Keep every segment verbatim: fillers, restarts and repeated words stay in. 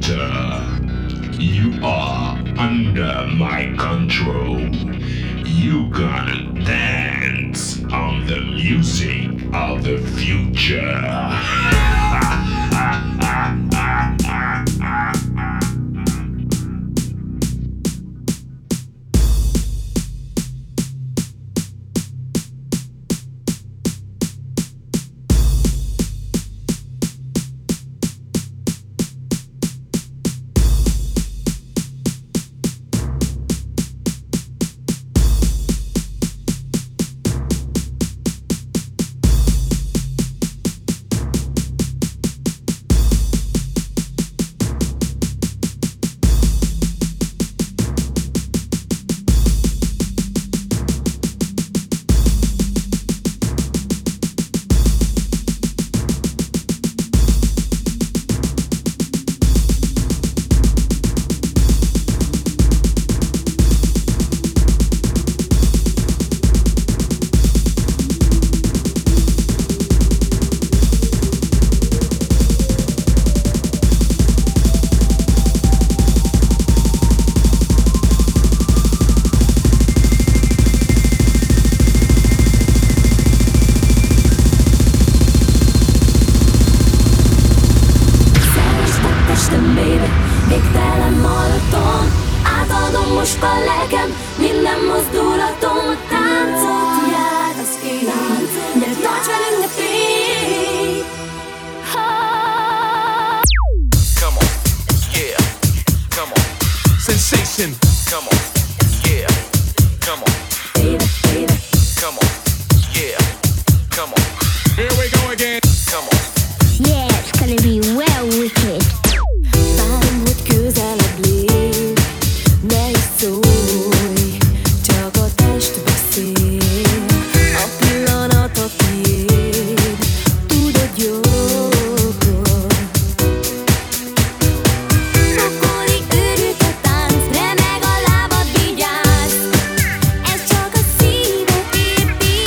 Master, you are under my control. You gonna dance on the music of the future. Remeg a lábad, vigyázz! Ez csak a szíved épít.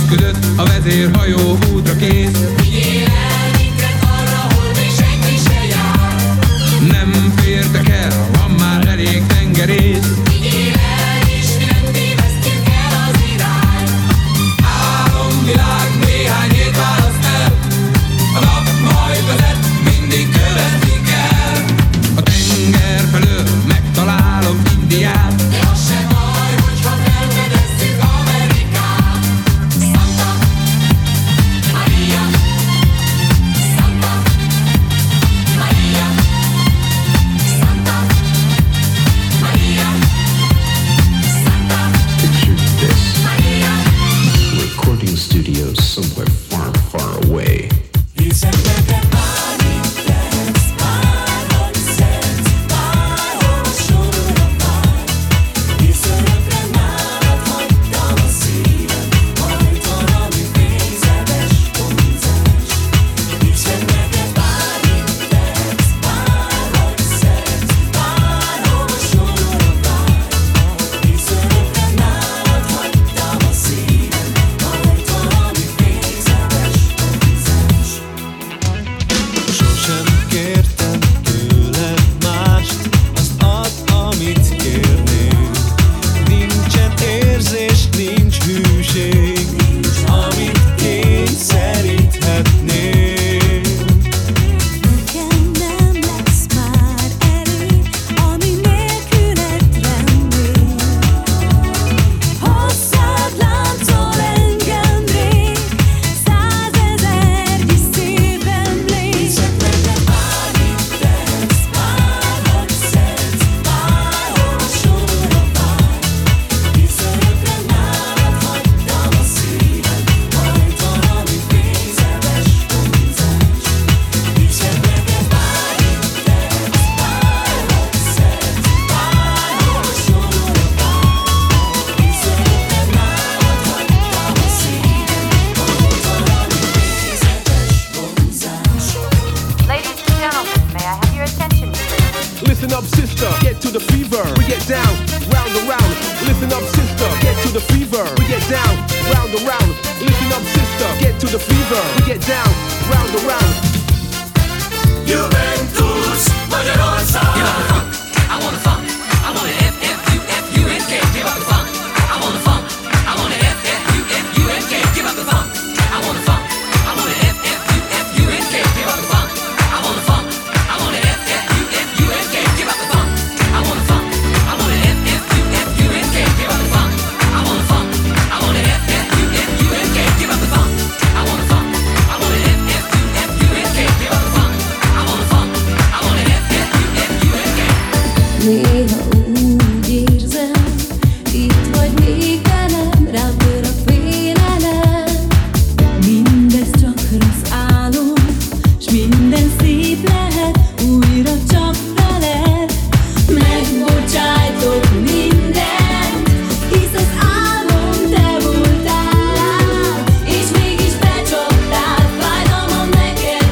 esküdött, a vezérhajó útra kész. Vigyél el minket arra, hol még senki se jár. Nem fértek el, van már elég tengerész. Vigyél el, és mi nem tévesztjük el az irány. Álomvilág néhány hét választ el, a nap majd vezet, mindig követni kell. A tenger felől megtalálom Indiát, de az sem baj, hogyha felfedezzük Amerikát. Santa Maria, Santa Maria, Santa Maria, Santa Picture this. Maria. Recording studio somewhere far, far away. Hiszen neked bármit tehetsz, bárhogy szeretsz, bárhol sorra vár. Hisz örökre nálad hagytam a szívem, majd valami fézetes vonzás. Hiszen neked bármit tehetsz, bárhogy szeretsz, bárhol sorra vár. Hisz örökre nálad hagytam a szívem, majd valami fézetes vonzás. Sosem kértem tőled mást, azt add, amit kérnék. Nincsen érzés, nincs hűség, amit kényszeríthetnél. Nekem nem lesz már erő, ami nélküled remény. Hozzád láncol engem rég, százezernyi szép emlék. Hiszen neked bármit tehetsz, bárhogy szeretsz, bárhol sorra vár. Hisz örökre nálad hagytam a szívem, majd valami fézetes vonzás. Hiszen neked bármit tehetsz, bárhogy szeretsz, bárhol sorra vár. Hisz örökre nálad hagytam a szívem, majd valami fézetes vonzás. Ladies and gentlemen, may I have your attention, please? Listen up, sister, get to the fever. We get down, round and round. Listen up, sister, get to the fever. We get down, round and round. Listen up, sister, get to the fever. We get down, round and round. Juventus, Magyarország. Give up the funk, I wanna funk. I wanna F F U F U N K. Give up the funk, I wanna funk. I wanna F F U F U N K. Give up the funk, I wanna funk. I wanna F F U F U N K. Give up the funk, I wanna funk. I wanna F F U F U N K. Give up the funk, I wanna funk. I wanna F F U F U N K. Give up the funk, I wanna funk. I wanna F F U F U N K. Give up the funk, I wanna funk. I wanna F F U F U N K. Give up the funk, I wanna funk. I wanna F F U F U N K. Néha úgy érzem, itt vagy még velem, rám tör a félelem. Mindez csak rossz álom, s minden szép lehet, újra csak veled. Megbocsájtok mindent, hisz az álmom te voltál, és mégis becsaptál, fájdalmam neked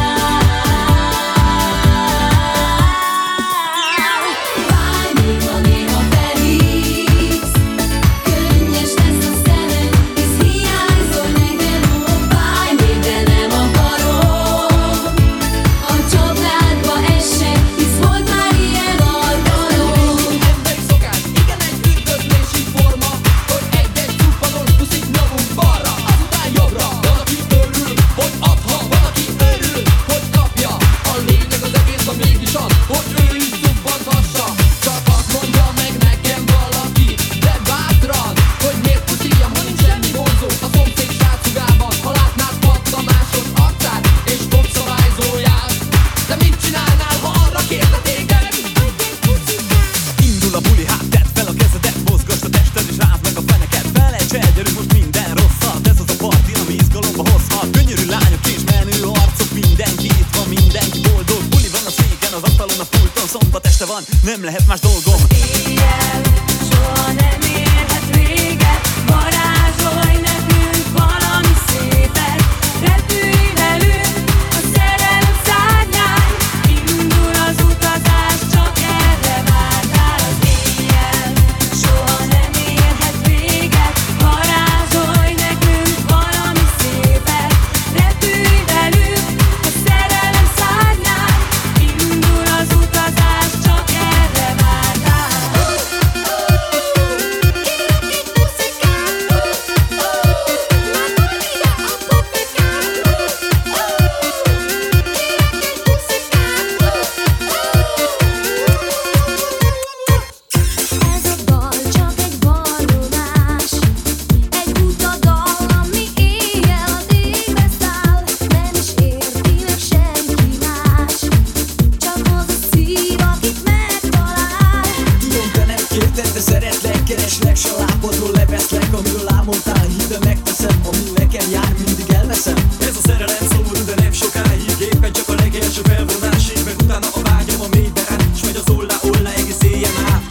jár. Bármi van, néha felhívsz, könnyes lesz a szemed, hisz hiányzol nekem, ó, bármi, de nem akarom. A csapdádba essek, hisz volt már ilyen alkalom. Emberi szokás, igen egy üdvözlési forma, hogy egy-egy csuppanos buszit nyomunk balra, azután jobbra. Van, aki örül, hogy adha, van, aki örül, hogy kapja. A lényeg az egészben mégis az, hogy ő is cuppanthassa. Csak azt mondja meg nekem valaki, de bátran, hogy miért puszíjam, ha nincs semmi vonzó a szomszéd srácugában. Ha látnád pattamásos arcát és dobszabályzóját, de mit csinálnál, ha arra kérne téged? Indul a buli, hát tedd fel a kezedet, mozgasd a tested és rázd meg a feneket. Felejts el, gyerünk most minden rosszat, ez az a parti, ami izgalomba hozhat. Gyönyörű lányok és menő arcok, mindenki itt van, mindenki boldog. Buli van a széken, az asztalon, a pulton, szombat este van, nem lehet más dolgom. Éjjel soha nem érhet véget, varázsolj nekünk valami szépet. Repülj velünk a szerelem szárnyán, indul az utazás, csak erre vártál. Az éjjel soha nem érhet véget, varázsolj nekünk Magadról lepeszlek, amiről álmodtál. Hidd el, megteszem, ami nekem jár, mindig elveszem. Ez a szerelem szomorú, de nem sokáig. Éppen csak a legelső felvonásig, mert utána a vágyam a mélybe át, s megy az ollá, ollá egész éjjel át.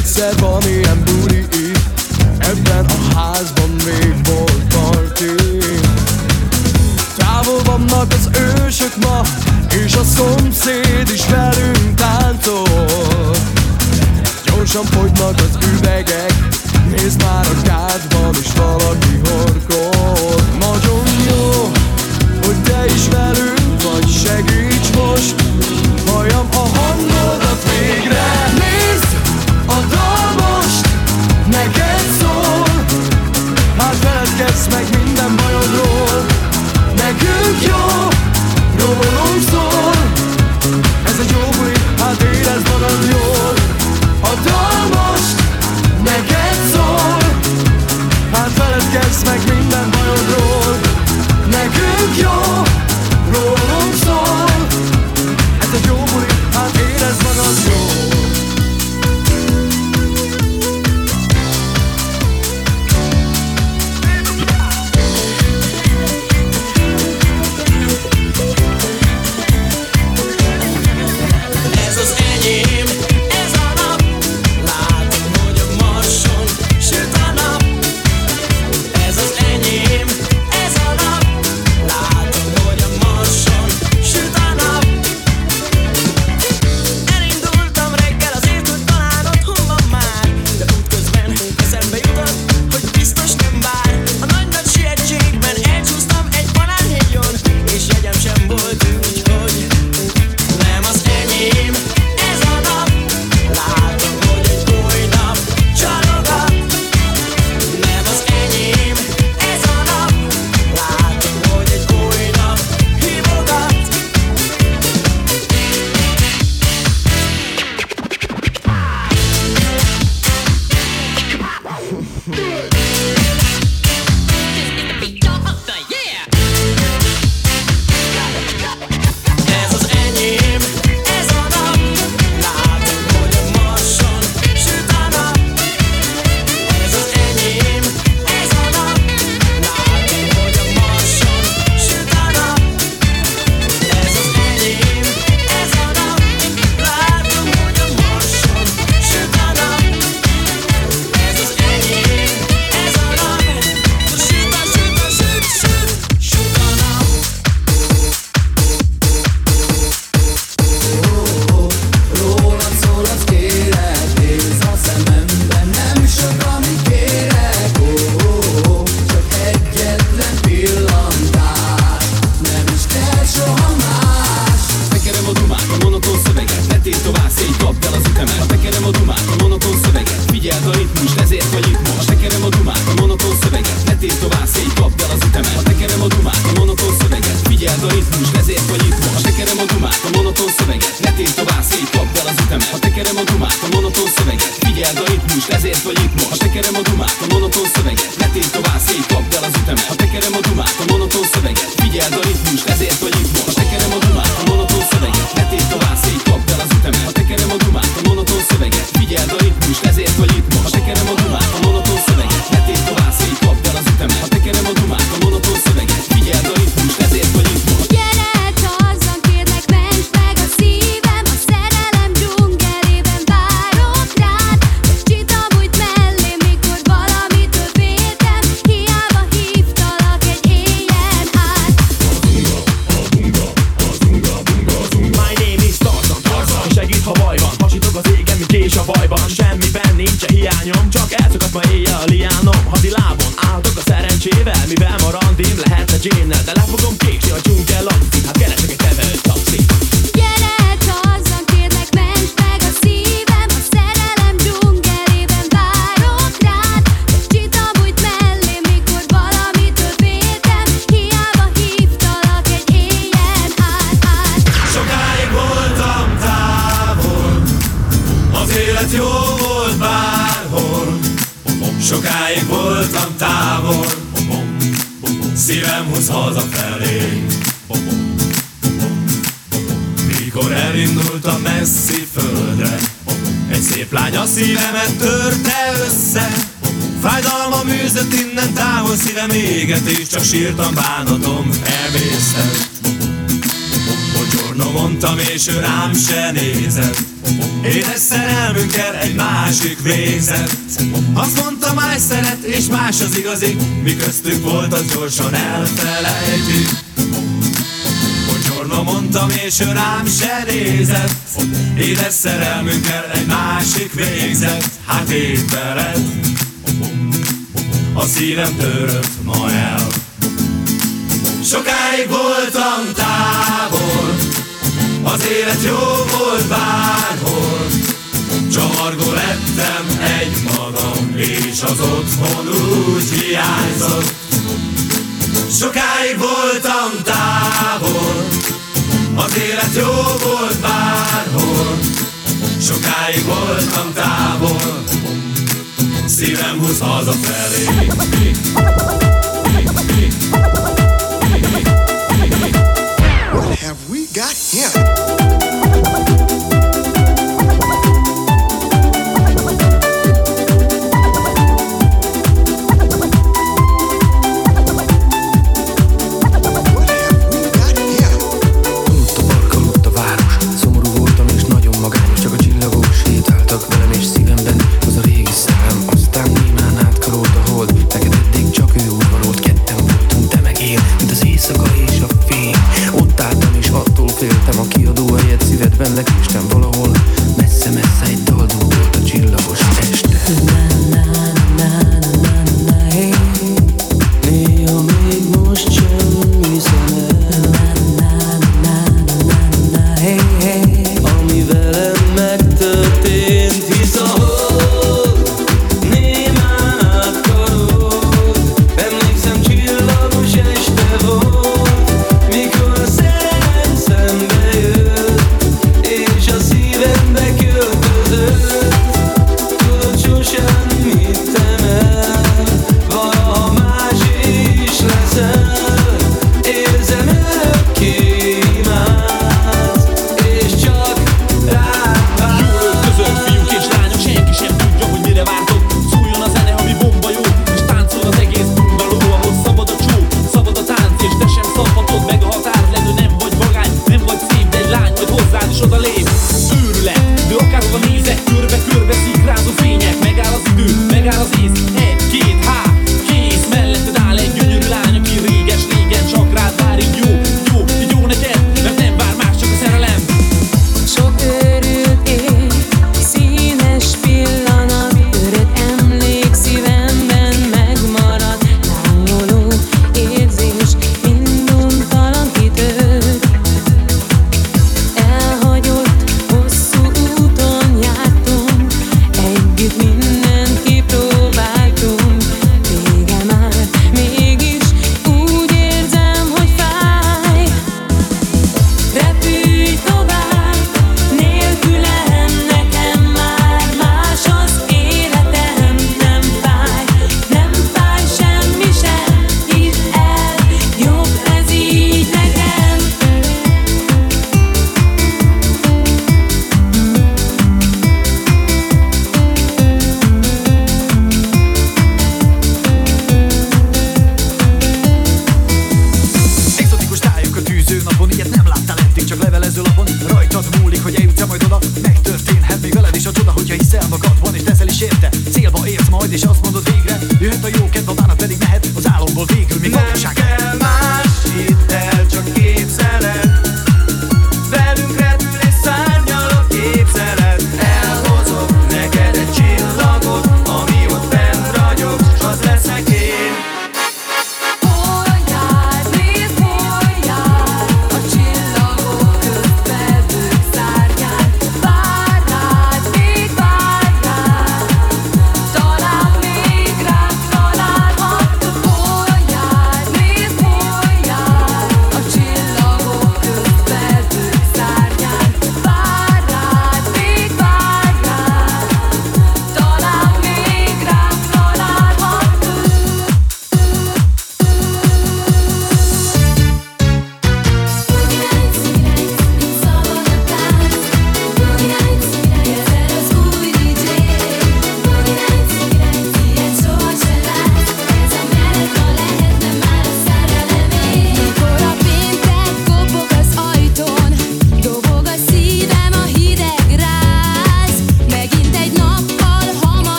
Egyszer van ilyen buli itt, ebben a házban még volt parti. Távol vannak az ősök ma, és a szomszéd is velünk táncol. Gyorsan fogynak az üvegek, nézd már a kádban is valaki horkol. Nagyon jó, hogy te is velünk vagy, segíts most, halljam a hangodat végre. Nézd, a dal most neked szól, hát feledkezz meg minden bajodról. Nekünk jó, rólunk szól, ez egy jó buli, hát érezd magad jól. A dal most neked szól, hát feledkezz meg minden bajodról. Nekünk jó, rólunk szól, ez egy jó buli, hát érezd magad jól. Ez az enyém, ez a nap, látom, hogy a marson süt a nap. Ez az enyém, ez a nap, látom, hogy a marson süt a nap. Elindultam reggel azért, hogy talán otthon van már, de útközben eszembe jutott, hogy biztos nem vár. A nagy-nagy sietségben elcsúsztam egy banánhegyon, és jegyem sem volt, úgyhogy nem az enyém, ez a nap, látom, hogy egy új nap csalogat. Nem az enyém, ez a nap, látom, hogy egy új nap hívogat. Ez az enyém, ez a nap, látom, hogy a marson süt a nap. Ez az enyém, ez a nap, látom, hogy a marson süt a nap. Ez az enyém, ez a nap, látom, hogy a marson süt a nap. Ez az enyém, ez a nap, süt a, süt a, süt, süt, süt a nap. Rólad szól, az kérek, nézz a szememben, nem sok, amit kérek. Ó, ó, ó, csak egyetlen pillantás, nem is kell soha más. Tekerem a dumát, a monoton szöveget, ne tér tovább, szégy, kapd el az ütemet. Ha tekerem a dumát, a monoton szöveget, figyeld a ritmust, ezért vagy itt most. Tekerem a dumát, a monoton szöveget, ne tér tovább, szégy, kapd el az ütemet. Ha tekerem a dumát, a monoton szöveget, figyeld a ritmust, ezért vagy itt most. Tekerem a dumát, a monoton szöveget, ne tér tovább, szégy, kapd el az ütemet. Ha tekerem a dumát, a monoton szöveget, figyeld a ritmust, ezért vagy itt most. Tekerem a dumát, a monoton szöveget, ne tér tovább, szégy, kapd el az ütemet. Ha tekerem a dumát, a monoton szöveget, figyeld a ritmust, ezért vagy itt most. Tekerem a dumát, a monoton szöveget, ne tér tovább, szégy, kapd el az ütemet. Ha tekerem a dumát, a monoton szöveget, figyeld a ritmust, ezért vagy itt most. Tekerem a dumát, a monoton szöveget, ne tér tovább, szégy, kapd el az ütemet. Ha tekerem a dumát, a monoton szöveget, figyeld a ritmust, ezért vagy itt most. Gyere, csazzan, kérlek, mentsd meg a szívem, a szerelem dzsungelében várok rád. Most csitamújt mellém, mikor valamitől féltem, hiába hívtalak egy éjjel át. My name is Tarzan, Tarzan, segít, ha baj van. Hasítok az égen, mint kés a bajban. Semmiben nincs hiányom, csak elszakadt ma éjjel a liánom. Hadi lábon álltok a szerencsével, mivel ma randim lehetne Jane-nel, de le fogom késni a dzsungel laxit, hát keresek egy tevelőt taxit. Gyere, csazzan, kérlek, mentsd meg a szívem, a szerelem dzsungelében várok rád. Most csitamújt mellém, mikor valamitől féltem, hiába hívtalak egy éjjel át, át. Sokáig voltam távol, az élet jó volt bárhol. Sokáig voltam távol, szívem húz hazafelé. Mikor elindultam messzi földre, egy szép lány a szívemet törte össze. Fájdalmam űzött innen távol, szívem éget, és csak sírtam, bánatom elvészett. Buongiorno No mondtam és ő rám se nézett. Édes szerelmünkkel egy másik végzett. Azt mondta más szeret és más az igazi. Mi köztük volt az gyorsan elfelejti. Buongiorno mondtam és ő rám se nézett. Édes szerelmünkkel egy másik végzett. Hát én veled a szívem törött ma el. Sokáig voltam távol, az élet jó volt bárhol. Csavargó lettem egymagam, és az otthon úgy hiányzott. Sokáig voltam távol, az élet jó volt bárhol. Sokáig voltam távol, szívem húz hazafelé. What have we got here? Lekéstem valahol, messze-messze egy dal dúdolt a csillagos este. Néha még most sem hiszem el, ami velem megtörtént, hisz a hold némán átkarol. Emlékszem, csillagos este volt, mikor a szerelem szembe jött, és a szívembe költözött. Tudod, sosem hittem el, valaha más is leszel. Érzem örökké imád, és csak rád vár. Jó öltözött fiúk és lányok, senki sem tudja, hogy mire vártok. Szóljon a zene, ami bomba jó, és táncol az egész bundaló, ahol szabad a csó, szabad a tánc, és te sem szabhatod meg a határt. Lenő nem vagy vagány, nem vagy szép, de egy lány majd hozzád is odalép. Őrület, de akárhova nézek, körbe-körbe szikrázó fények. Megáll az idő, megáll az ész, egy, két, há, kész. Melletted áll egy gyönyörű lány, aki réges-régen csak rád vár. Így jó, jó, így jó neked, mert nem vár más, csak a szerelem. Sok őrült év, színes pillanat, örök emlék szívemben megmarad. Lángoló érzés, minduntalan kitört. Elhagyott, hosszú úton jártunk, együtt mindent kipróbáltunk. Vége már, mégis úgy érzem, hogy fáj. Repülj tovább, nélkülem nekem már más az életem. Nem fáj, nem fáj semmi sem, hidd el, jobb ez így nekem. Exotikus tájok a tűző napon, ilyet nem láttál eddig, csak levelező lapon. Rajtad múlik, hogy eljutsz-e majd oda. Megtörténhet még veled is a csoda, hogyha hiszel magadban és teszel is érte. Célba érsz majd és azt mondod végre, jöhet a jó kedv, a bánat pedig mehet az álomból végül még valóság. Nem kell más, hidd el, csak képzeled. Velünk repül és szárnyal a képzelet. Elhozok neked egy csillagot, ami ott bent ragyog, az leszek én. Hol jár, nézd, hol jár, a csillagok közt felbők szárnyán. Vár rád, még vár rád, talán még rád talál.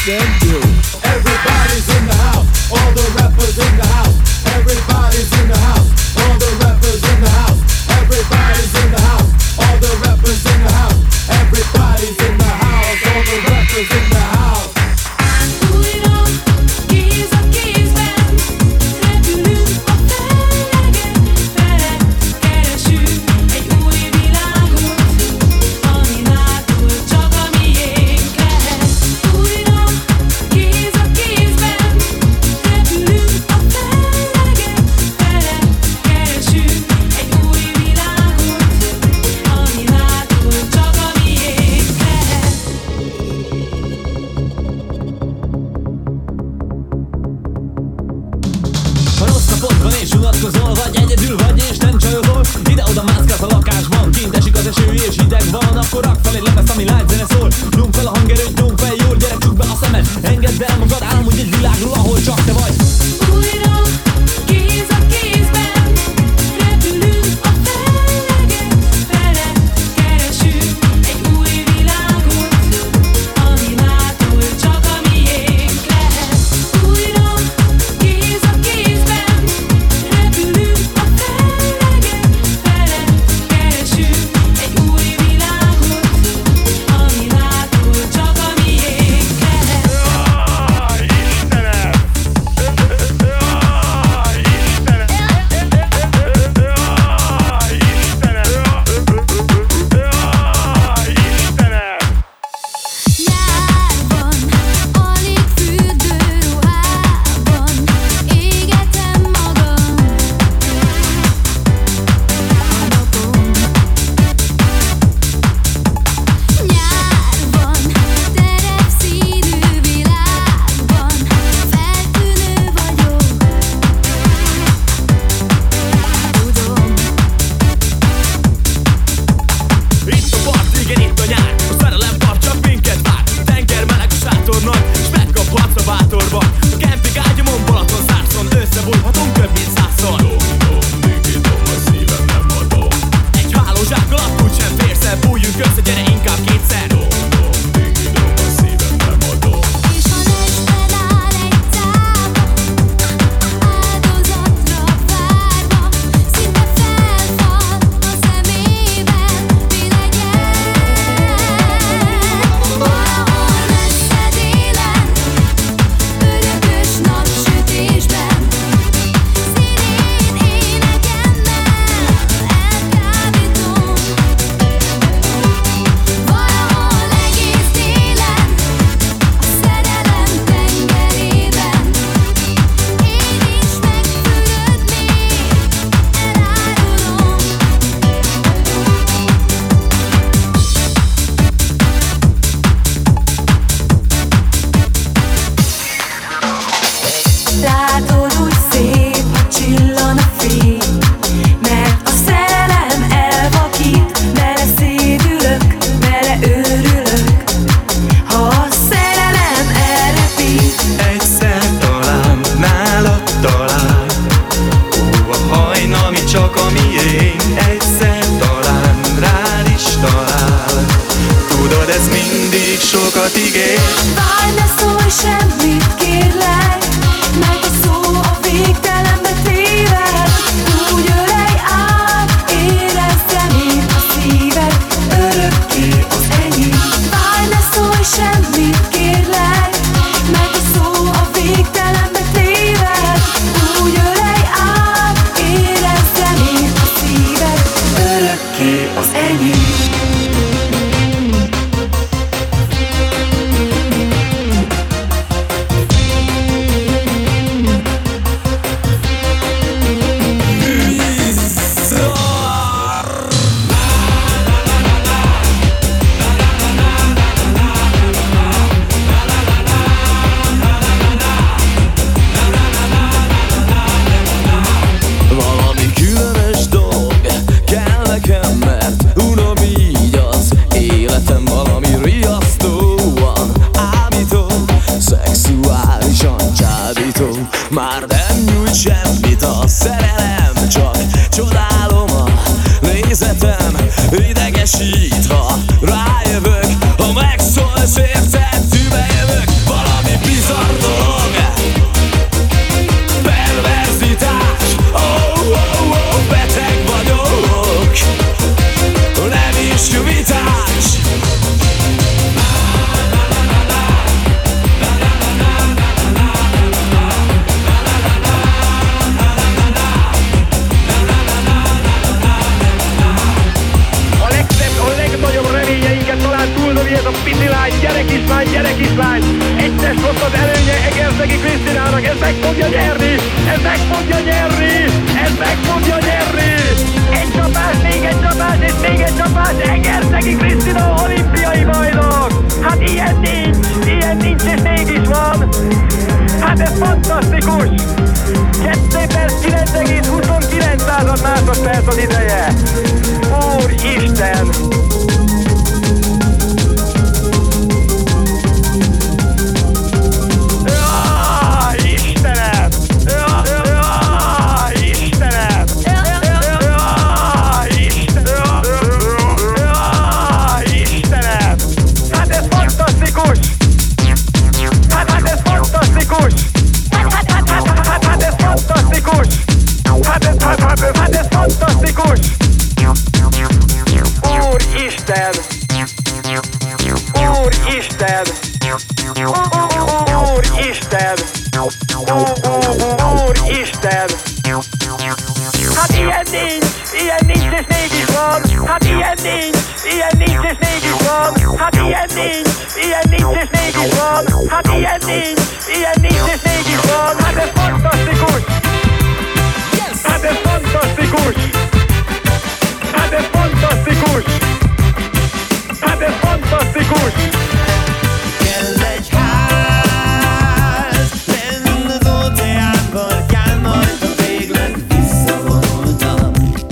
them do. Everybody's in the house, all the rappers in the house. Everybody's in the house, all the rappers in the house. Everybody's in the house, all the rappers in the house. Everybody's in the house, all the rappers in the house. Újra kéz a kézben repülünk a felegen fele, keresünk egy új világot, ami mától csak a miénk lehet. Újra kéz a kézben repülünk a felegen fele, keresünk egy új világot, ami mától csak a miénk lehet. Ha rossz napod van és unatkozol, vagy egyedül vagy és nem csajozol, ide-oda mászkálsz a lakásban, kint esik az eső és hideg van, akkor rakd fel egy lemezt, ami lágy zene szól. Nyomd fel a hangerőt, nyomd fel jól, gyere csukd be a szemed, engedd el magad, álmodj egy világról, ahol csak te vagy. Újra kéz a kézben repülünk a felegen fele, keresünk egy új világot, ami mától csak a miénk lehet. Újra kéz a kézben repülünk a felegen fele, keresünk egy új világot, ami mától csak a miénk lehet. Nyárban, alig fürdő ruhában égetem magam napon. Nyárban, terepszínű világban feltűnő vagyok, tudom. Itt a part, igen itt a nyár, a szerelem part csak minket vár. Tenger meleg a sátor nagy, s megkaphatsz a bátorban. A kemping ágyamon, Balaton szárszon, összebújhatunk több mint százszor. Egy hálózsák alatt úgysem férsz el, bújjunk össze, gyere inkább kétszer. És ha lesben áll egy cápa, áldozatra várva, szinte felfal a szemében, mi legyen? Valahol messze délen, örökös napsütésben, színén énekemmel elkábítom. Valahol egész télen, a szerelem tengerében, én is megfürödnék, elárulom. Látod, úgy szép, ha csillan a fény, mert a szerelem elvakít, vele szédülök, vele őrülök. Ha a szerelem elrepít, Egyszer talán nálad talál. Ó, a hajnal mi csak a miénk. Egyszer talán rád is talál. Tudod, ez mindig sokat ígér. várj, ne szólj semmit, kérlek, mert a szó a végtelenbe téved. Úgy ölej át, érezzem én a szíved, örökké az enyém. Várj, ne szólj semmit, kérlek, mert a szó a végtelenbe téved. Úgy ölej át, érezzem én a szíved, örökké az enyém. Egyes volt az előnye Egerszegi Krisztinának, ez meg fogja nyerni, ez meg fogja nyerni, ez meg fogja nyerni. Egy csapás, még egy csapás, és még egy csapás, Egerszegi Krisztina olimpiai bajnok. Hát ilyen nincs, ilyen nincs, és mégis van. Hát ez fantasztikus. kettő perc kilenc egész huszonkilenc másodperc az ideje. Úristen! Hát ez fantasztikus! Úristen! Úristen! Úristen! Úristen! Hát ilyen nincs! Ilyen nincs és mégis van! Hát ilyen nincs! Ilyen nincs és mégis van! Hát ilyen nincs! Ilyen nincs és mégis van! Hát ilyen nincs! Ilyen nincs és mégis van! Hát ez fantasztikus! Hát ez fantasztikus! Hát ez fantasztikus! Hát ez fantasztikus! Kell egy ház, lenn az óceán partján, majd a végleg visszavonultam.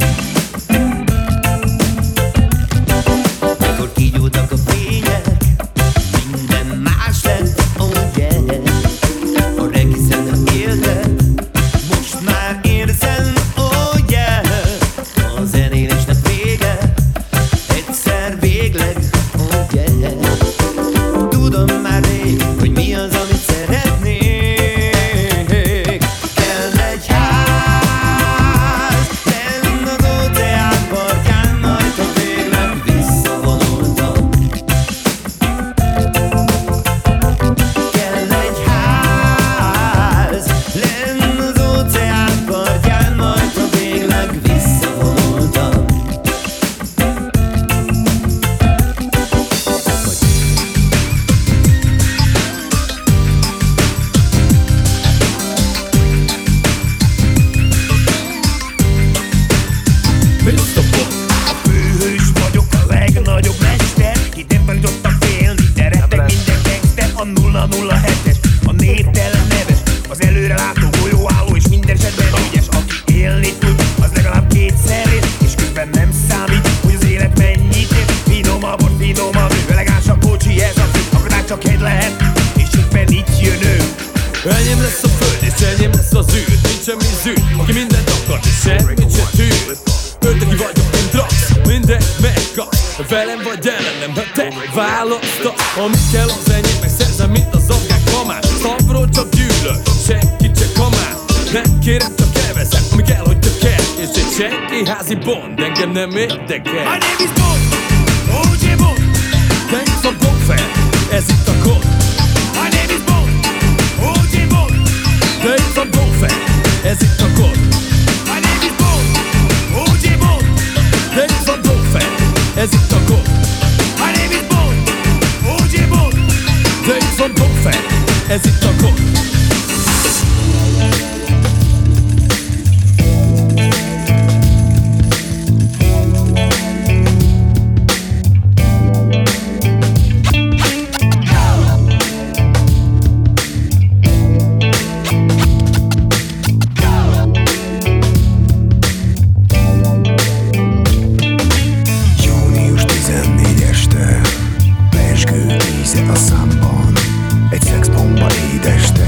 Mikor kigyúltak a fények, minden más lett, oh yeah. A regiszen a éltet, most már érzem, oh yeah. A zenélésnek vége, egyszer végleg, oh yeah. Tudom már rég, hogy mi az, amit szeretnék. Kell egy ház, lenn az óceán partján, majd ha végleg visszavonultam. Kell egy ház, lenn az óceán partján, majd ha végleg visszavonultam. miszter Bob. A főhős vagyok, a legnagyobb mester. Hittem tanítottam félni, de rettek minden gangster. A nulla nulla hetes, a névtelen neves, az előrelátó golyóálló és minden esetben ügyes. Aki élni tud, az legalább kétszer él, és közben nem számít, hogy az élet mennyit ér. Finomabb, ott finomabb, ő elegánsabb kocsi, ez a fő, akkor már csak egy lehet, és éppen itt jön ő. Enyém lesz a föld, és enyém lesz az űr. Nincs semmi zűr, aki mindent akart, és semmit se tűr. Ördögi vagyok, mint Drax, mindent megkapsz. Velem vagy ellenem, ha te választasz. Ami kell az enyém, megszerzem, mint az afgán kamár. Szavról csak gyűlöl, senki csak kamár. Nem kérem, csak elveszem, ami kell, hogy te kell. És egy senki házi bond, engem nem érdekel. My name is Bond, o jé Bond. Thanks for Bondfell, ez itt a kod. My name is Bond, o jé Bond. Thanks for Bondfell, ez itt a kod. My name is Bond, o jé Bond. Thanks for Bondfell, ez itt a kod. My name is Bond, o jé Bond. Thanks for Bondfell, ez itt a kod. Június tizennégy este, pezsgő íze a számban, egy szexbomba édeste.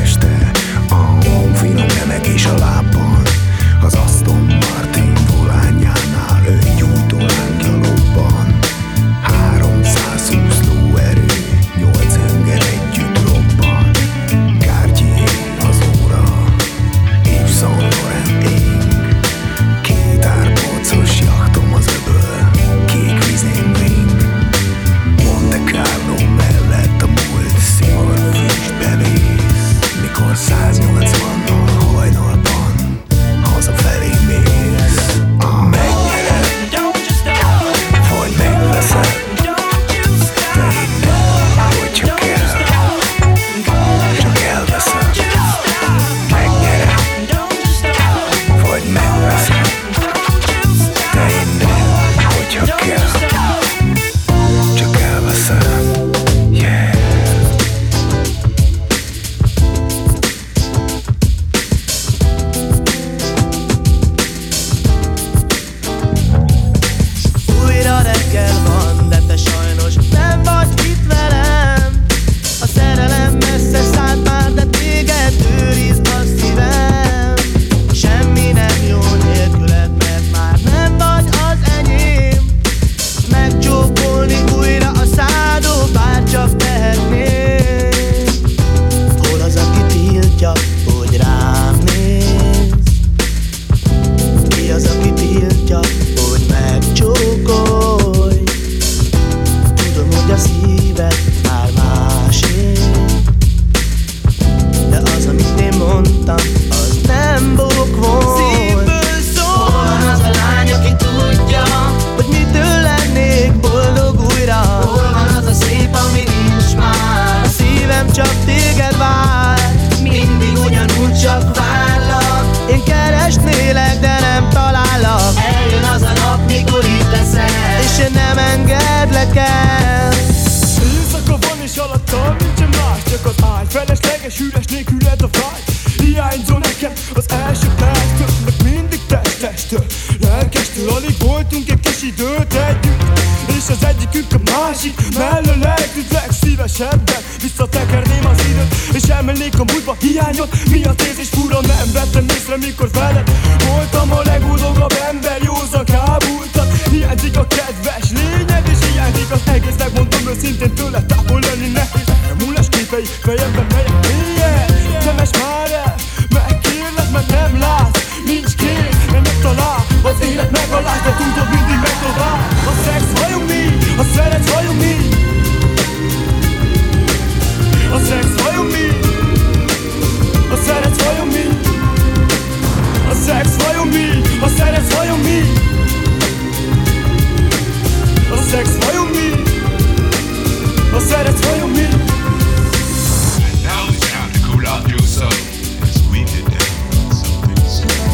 úgy csak várlak. Én keresnélek, de nem találok. Eljön az a nap, mikor itt leszel, és én nem engedlek el. Éjszaka van és alattam nincsen más, csak az ágy felesleges, üres nélküled a vágy. Hiányzol nekem az első perctől, meg mindig test-testől, lelkestől. Alig voltunk egy kis időt együtt, és az egyikünk a másik mellől eltűnt. Legszívesebben visszatekerném az időt, és emelnék a múltba hiányot miatt. Érzés fura, nem vettem észre, mikor veled voltam a legboldogabb ember, józan kábultan. Hiányzik a kedves lényed, és hiányzik az egész. Megmondom őszintén, tőle távol lenni nehéz. Múlás képei fejemben melyek mélyen. Temes már el, megkérlek, mert nem látsz. Nincs kész, mert megtalál az élet megalás, de tudod, mindig megtalál. A szex vajon mi? A szeretsz vajon mi? A szex vajon mi? A szeretsz vajon mi? A szex vajon mi? A szeretsz vajon mi? A szex vajon mi? A szeretsz vajon mi? Now it's time to cool off your soul, as we did that something slow.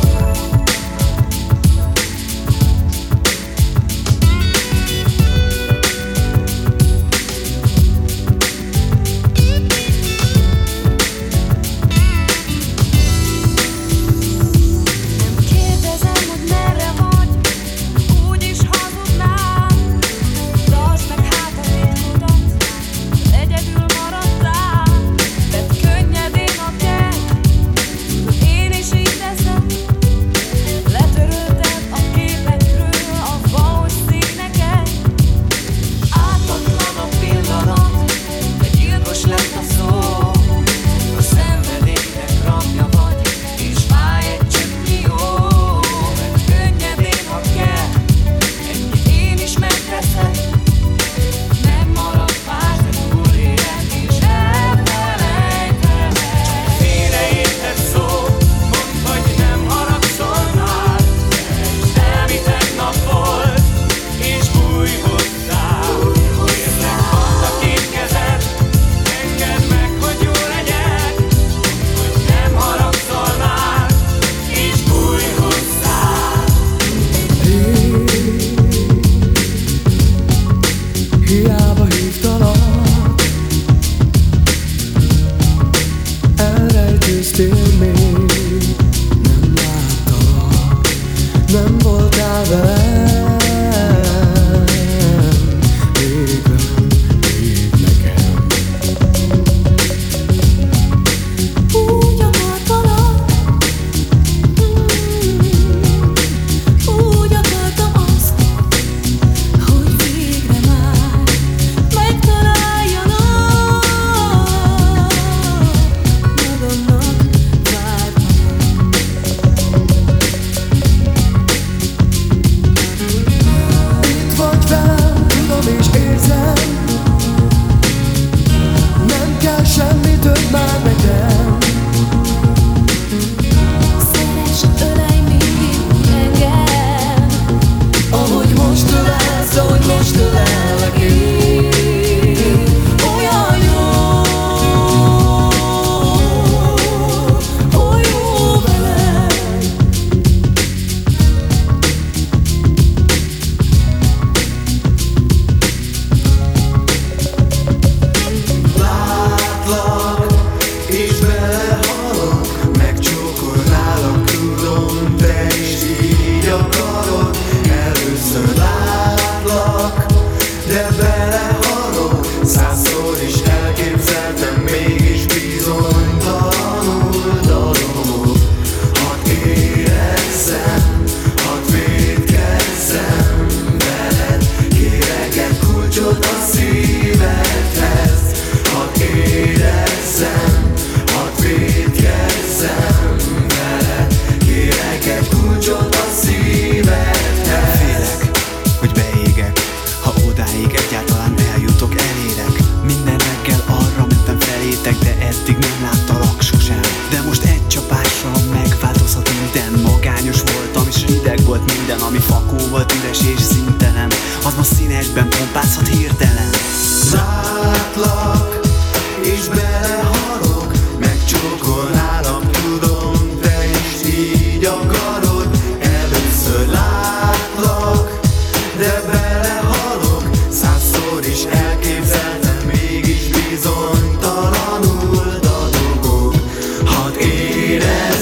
színesben pompázhat hirtelen. Látlak, és belehalok, megcsókolnálak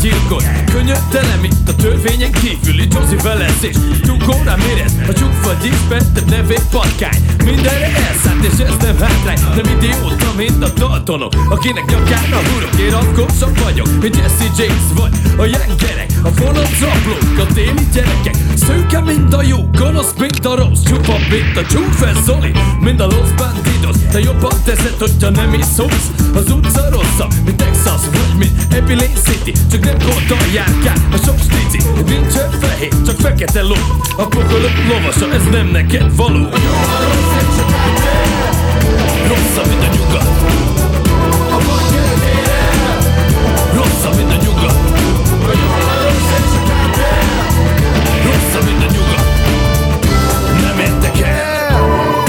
gyilkos. Könnyöttelen, mint a törvényen kívüli Josie felezés. Tyúkóra mérez, a tyúkfa díszbentebb nevét patkány. Mindenre elszállt és ez nem hátrány. Nem idióta, mint a Daltonok, akinek nyakán a hurok. Én rakósabb vagyok, mint Jesse James vagy a young gyerek. A vonat zaplók, a téli gyerekek. Szőke, mint a jó, gonosz, mint a rossz. Csupa, mint a csúfel Zoli, mint a Los Bandidos. Te jobban teszed, hogyha nem is szólsz. Az utca rosszabb, mint Texas vagy mint Abilene City. Csak nem gondol járkál, a sok stici. Nincsen fehér, csak fekete ló. A pokolok lovasa, ez nem neked való. Rosszabb, mint a nyugat. Rosszabb, mint a nyugat. Rosszabb, mint a nyugat. Nem értek el.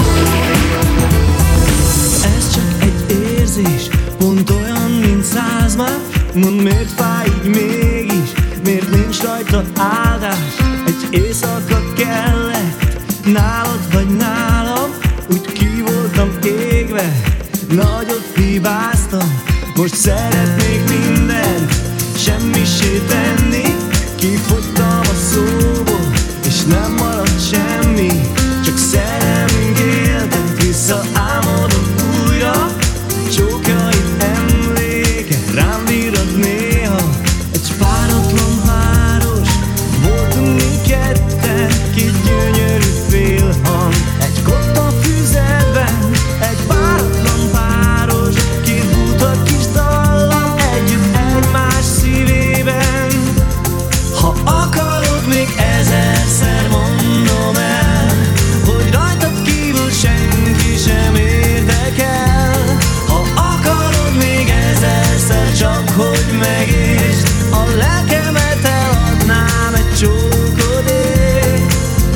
Ez csak egy érzés, pont olyan, mint száz már. Mondd, miért fáj így mégis, miért nincs rajta áldás. Egy éjszaka kellett, nálad vagy nálam. Úgy ki voltam égve, nagyot hibáztam. Most szeretnék mindent, semmissé tenni. Kifogytam a szóból, és nem maradt semmi. Csak szerelmünk éltet, visszaálmodom újra. Csókjaid emléke, rám virrad néha. Egy páratlan város, voltunk mi ketten. Két gyönyörű félhang, egy kotta füzetben. Egy páratlan páros, két buta kis dallam. Együtt egymás szívében. Ha akarod, még ezerszer mondom el, hogy rajtad kívül senki sem érdekel. Ha akarod, még ezerszer, csak hogy megértsd, a lelkemet eladnám egy csókodért.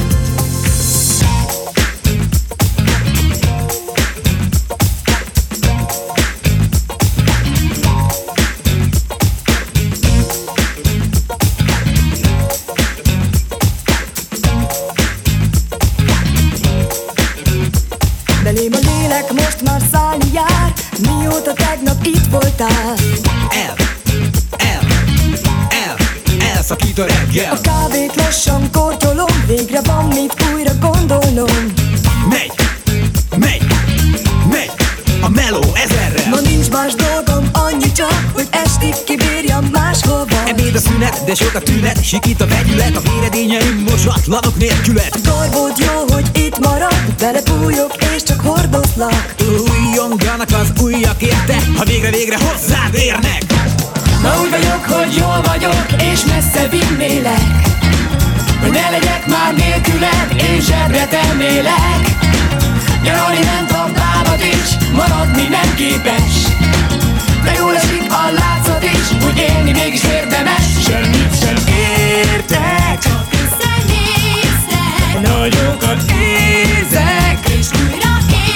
Belém a lélek most már szállni jár, mióta tegnap itt voltál. El, el, el, elszakít a reggel. A kávét lassan kortyolom, végre van mit újra gondolnom. Megy, megy, megy, a meló ezerrel. Ma nincs más dolgom, annyi csak, hogy estig kibírjam máshova. Ebéd a szünet, de sok a tünet, sikít a vegyület, a véredényeim mosatlanok nélkület. Dolgod jó, hogy itt marad, belebújok és csak hordozlak. Újjonganak az újjak érte, ha végre-végre hozzád érnek. Ma úgy vagyok, hogy jól vagyok, és messze vinnélek. Hogy ne legyek már nélküled, és zsebre tennélek. Nyaralni ment a bábad is, maradni nem képes. De jól esik a látszat is, hogy élni mégis érdemes. Semmit sem értek, csak összenéztek. Nagyokat érzek, és újra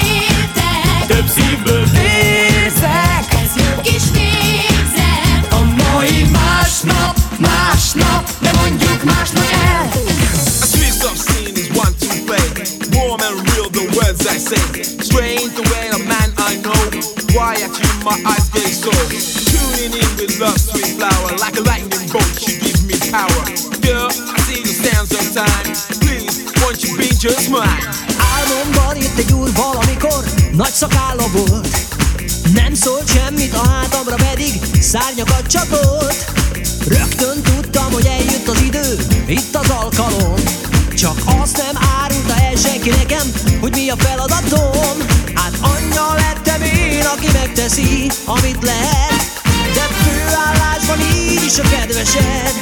értek. Több szívből vérzek, ez jó kis végzet. A mai másnap, másnap, de mondjuk másnap el. A streets of scene is one to play. Warm and real the words I say. Strange the way a man I know. Why actually my eyes get so. Tuning in with love, sweet flower. Like a lightning bolt, you give me power. Girl, I see the sands of time. Please, won't you be just mine? Álmomban itt egy úr valamikor, nagy szakálla volt. Nem szólt semmit, a hátamra pedig szárnyakat csatolt. Rögtön tudtam, hogy eljött az idő, itt az alkalom. Csak azt nem árulta el senki nekem, hogy mi a feladatom. Hát anyja lettem én, aki megteszi, amit lehet. De főállásban így is a kedvesed.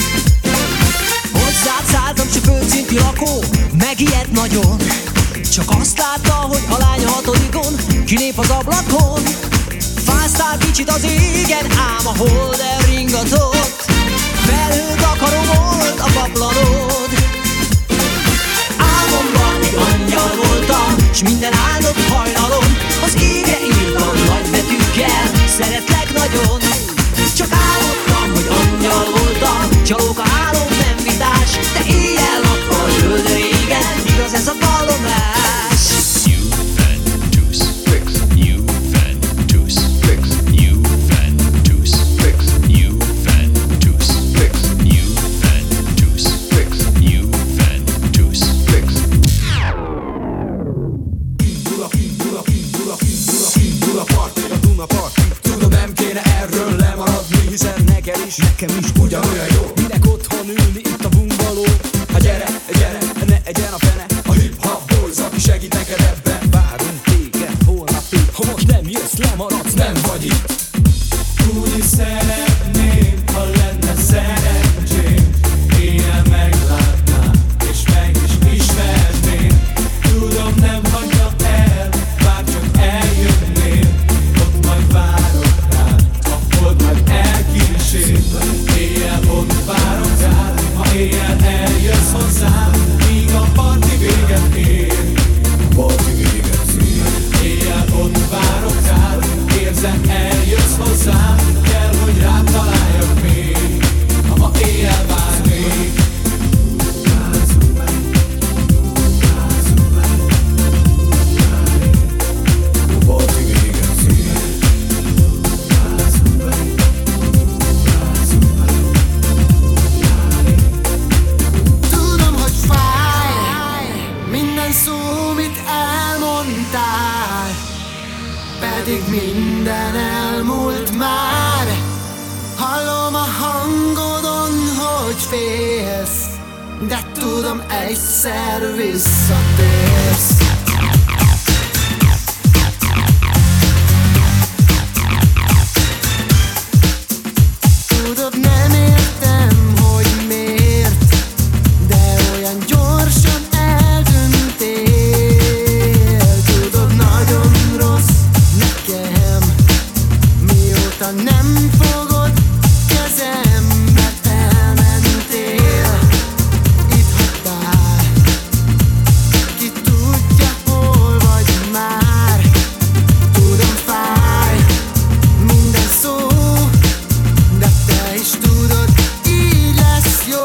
Hozzád szálltam, csak földszintű lakó, megijedt nagyon. Csak azt látta, hogy a lány a hatodikon kilép az ablakon. Fáztál kicsit az égen, ám a hold elringatott. Felhőt akaró volt a paplanod. Álmomban egy angyal voltam, s minden áldott hajnalom az égre írtam nagy betűkkel, szeretlek nagyon. Csak álmodtam, hogy angyal voltam, csalók a álom nem vitás, de éjjel-nappal földre égen, igaz ez a vallomás. Juventus, fix, Juventus, fix, Juventus, nekem is ugyanolyan jó. Minek otthon ülni itt a bungalow? Ha gyere, gyere, ne egyen a fene. A hip-hop boys, aki segít neked ebben. Várunk téged holnapig. Ha most nem jössz, lemaradsz, nem vagy itt. Úgy is szeretném, ha lenne szerencsém, éjjel meglátnám, és meg is ismerném. Tudom, nem hagyja el, bár csak eljönnél. Ott majd várok rád, akkor majd elkísér. Éjjel ott várok rád, ha éjjel eljössz hozzám, míg a parti véget ér. Parti véget ér. Éjjel ott várok rád, érzem, eljössz hozzám. Kell, hogy rád találjak még, ha ma éjjel várnék. Parti véget ér. Tudom, hogy fáj minden szó, mit elmondtál, pedig minden elmúlt már. Hallom a hangodon, hogy félsz, de tudom, egyszer visszatérsz. Tudod, nem értem, hogy miért, de olyan gyorsan eldöntél. Tudod, nagyon rossz nekem, mióta nem fogod kezem, mert elmentél. Itt hagytál, ki tudja, hol vagy már. Tudom, fáj minden szó, de te is tudod, így lesz jó.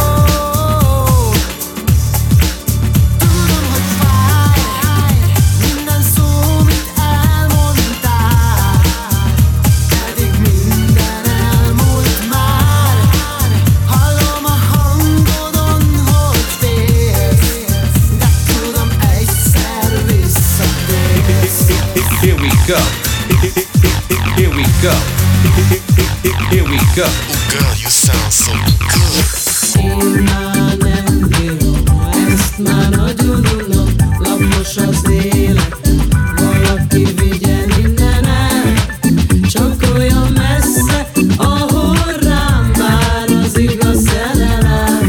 Tudom, hogy fáj minden szó, mit elmondtál, pedig minden elmúlt már. Hallom a hangodon, hogy félsz, de tudom, egyszer visszatérsz. Here we go. Here we go. Here we go. Oh girl, you sound so good. Én már nem bírom, ezt már nagyon unom. Lapos az életem, valaki vigyen innen el. Csak olyan messze, ahol rám vár az igaz szerelem.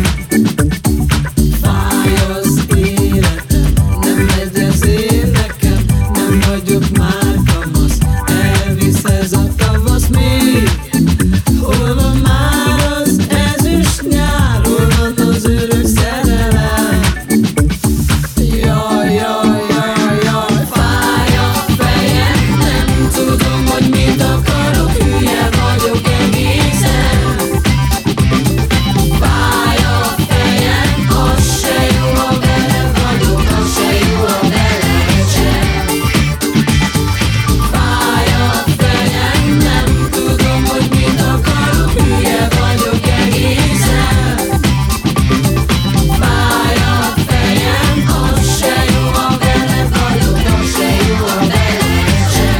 Fáj az életem, nem megy ez én nekem. Nem vagyok már kamasz, elvisz ez a tavasz még. Hol van már az ezüst nyár, hol van az örök szerelem? Jaj, jaj, jaj, jaj, fáj a fejem, nem tudom, hogy mit akarok, hülye vagyok egészen. Fáj a fejem, az se jó, ha vele vagyok, az se jó, ha veled sem. Fáj a fejem, nem tudom, hogy mit akarok, hülye vagyok egészen. Fáj a fejem, az se jó, ha veled vagyok, az se jó, ha veled sem.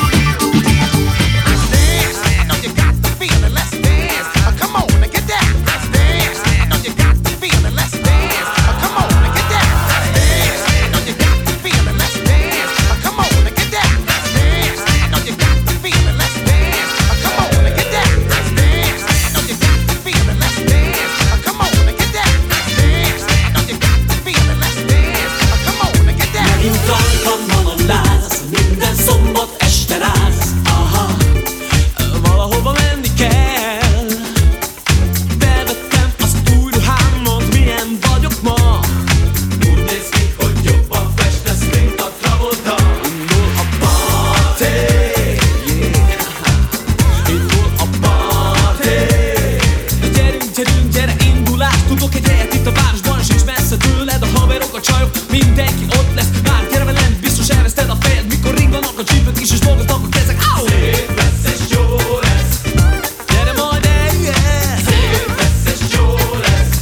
Megint rajtam van a láz, minden szombat este ráz. Aha, valahova menni kell. Bevettem az új ruhámat, milyen vagyok ma. Úgy néz ki, hogy jobban festesz, mint a Travolta. Indul a party, yeah. Indul a party. Gyerünk, gyerünk, gyere, indulás. Tudok egy helyet itt a városban, és messze tőled a haverok, a csajok, mindenki ott lesz. Már gyere velem, biztos ereszted a fejed, mikor ringanak a csípők is, és dolgoznak a kezek. Au! Szép lesz és jó lesz. Gyere majd eljössz. Szép lesz és jó lesz.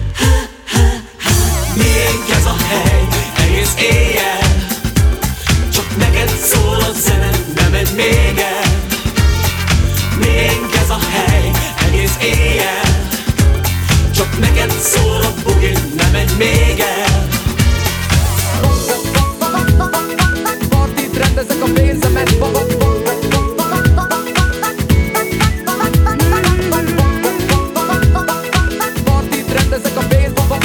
Miénk ez a hely, egész éjjel. Csak neked szól a zene, nem megy még el. Miénk ez a hely, egész éjjel. még el. Partit rendezek a pénzemet. Partit rendezek a pénzemet.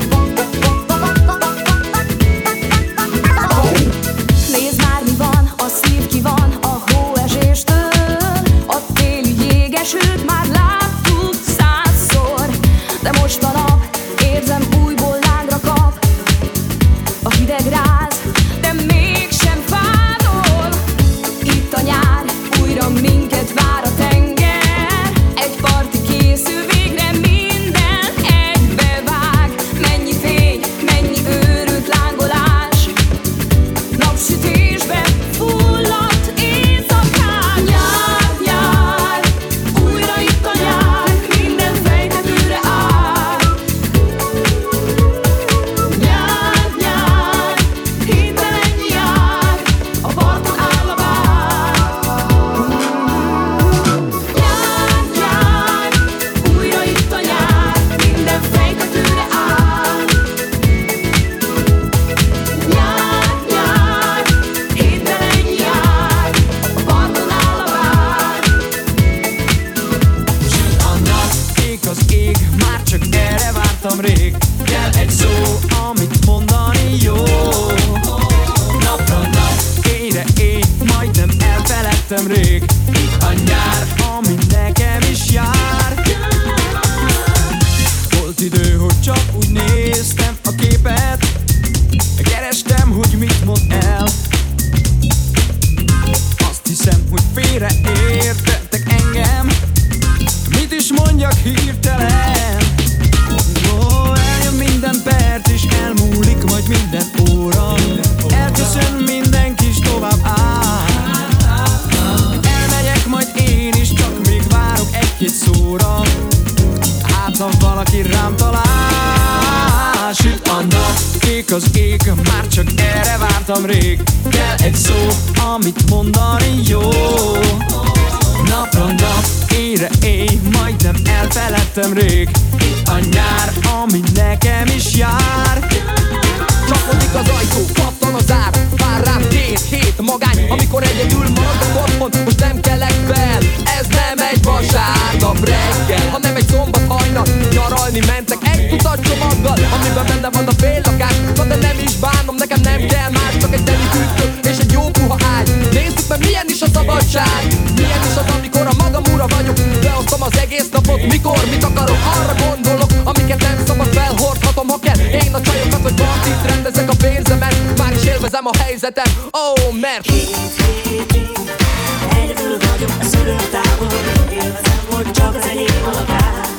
Nézd már mi van, a szív ki van a hóeséstől. A téli jégesőt már láttuk százszor, de most a nap, érzem újból lángra kap. A hideg ráz, de mégsem fádol. Itt a nyár, újra minket vár a tenger. Egy parti készül, végre minden egybevág. Mennyi fény, mennyi őrült lángolás. Napsütésben fulladt éjszakán. Nyár, nyár, újra itt a nyár. Minden fejtetőre áll. Nyár, nyár, hirtelen jár. A parton áll a bár. Nyár, nyár, újra itt a nyár. Minden fejtetőre áll. Nyár, nyár, hirtelen jár. A parton áll a bár. Süt a nap, ég az ég, már csak erre vártam rég. Kell egy szó, amit mondani jó. Napra nap, éjre éj, majdnem elfeledtem rég. Itt a nyár, ami nekem is jár. Volt idő, hogy csak úgy néztem a képet. Kerestem, hogy mit mond el. Azt hiszem, hogy félreértettek engem. Mit is mondjak hirtelen? Ó, eljön minden perc és elmúlik majd minden óra. Elköszön mindenki és tovább áll. Elmegyek majd én is, csak még várok egy-két szóra. Hát ha valaki rám talál. Süt a nap, kék az ég, már csak erre vártam rég. Kell egy szó, amit mondani jó. Napra nap, éjre éj, majdnem elfeledtem rég. Itt a nyár, ami nekem is jár. Csapódik az ajtó, pattan az ár. Vár rám két hét magány, amikor egyedül maradok otthon, most nem kelek fel. Ez nem egy vasárnap reggel, hanem egy szombat hajnal. Nyaralni mentek egy tucat csomaggal, amiben benne van a fél lakás. Na de nem is bánom, nekem nem kell más, csak egy teli küzdő és egy jó puha ágy. Nézzük meg, milyen is a szabadság. Milyen is az, amikor a magam ura vagyok. Beosztom az egész napot, mikor mit akarok. Arra gondolok, amiket nem szabad felhordhatom, ha kell. Én a csajokat, hogy partit rendezek a pénzemet. Már is élvezem a helyzetem, ó, oh, mert Egyedül vagyok a szülőtábor. Élvezem, hogy csak az enyém a lakás.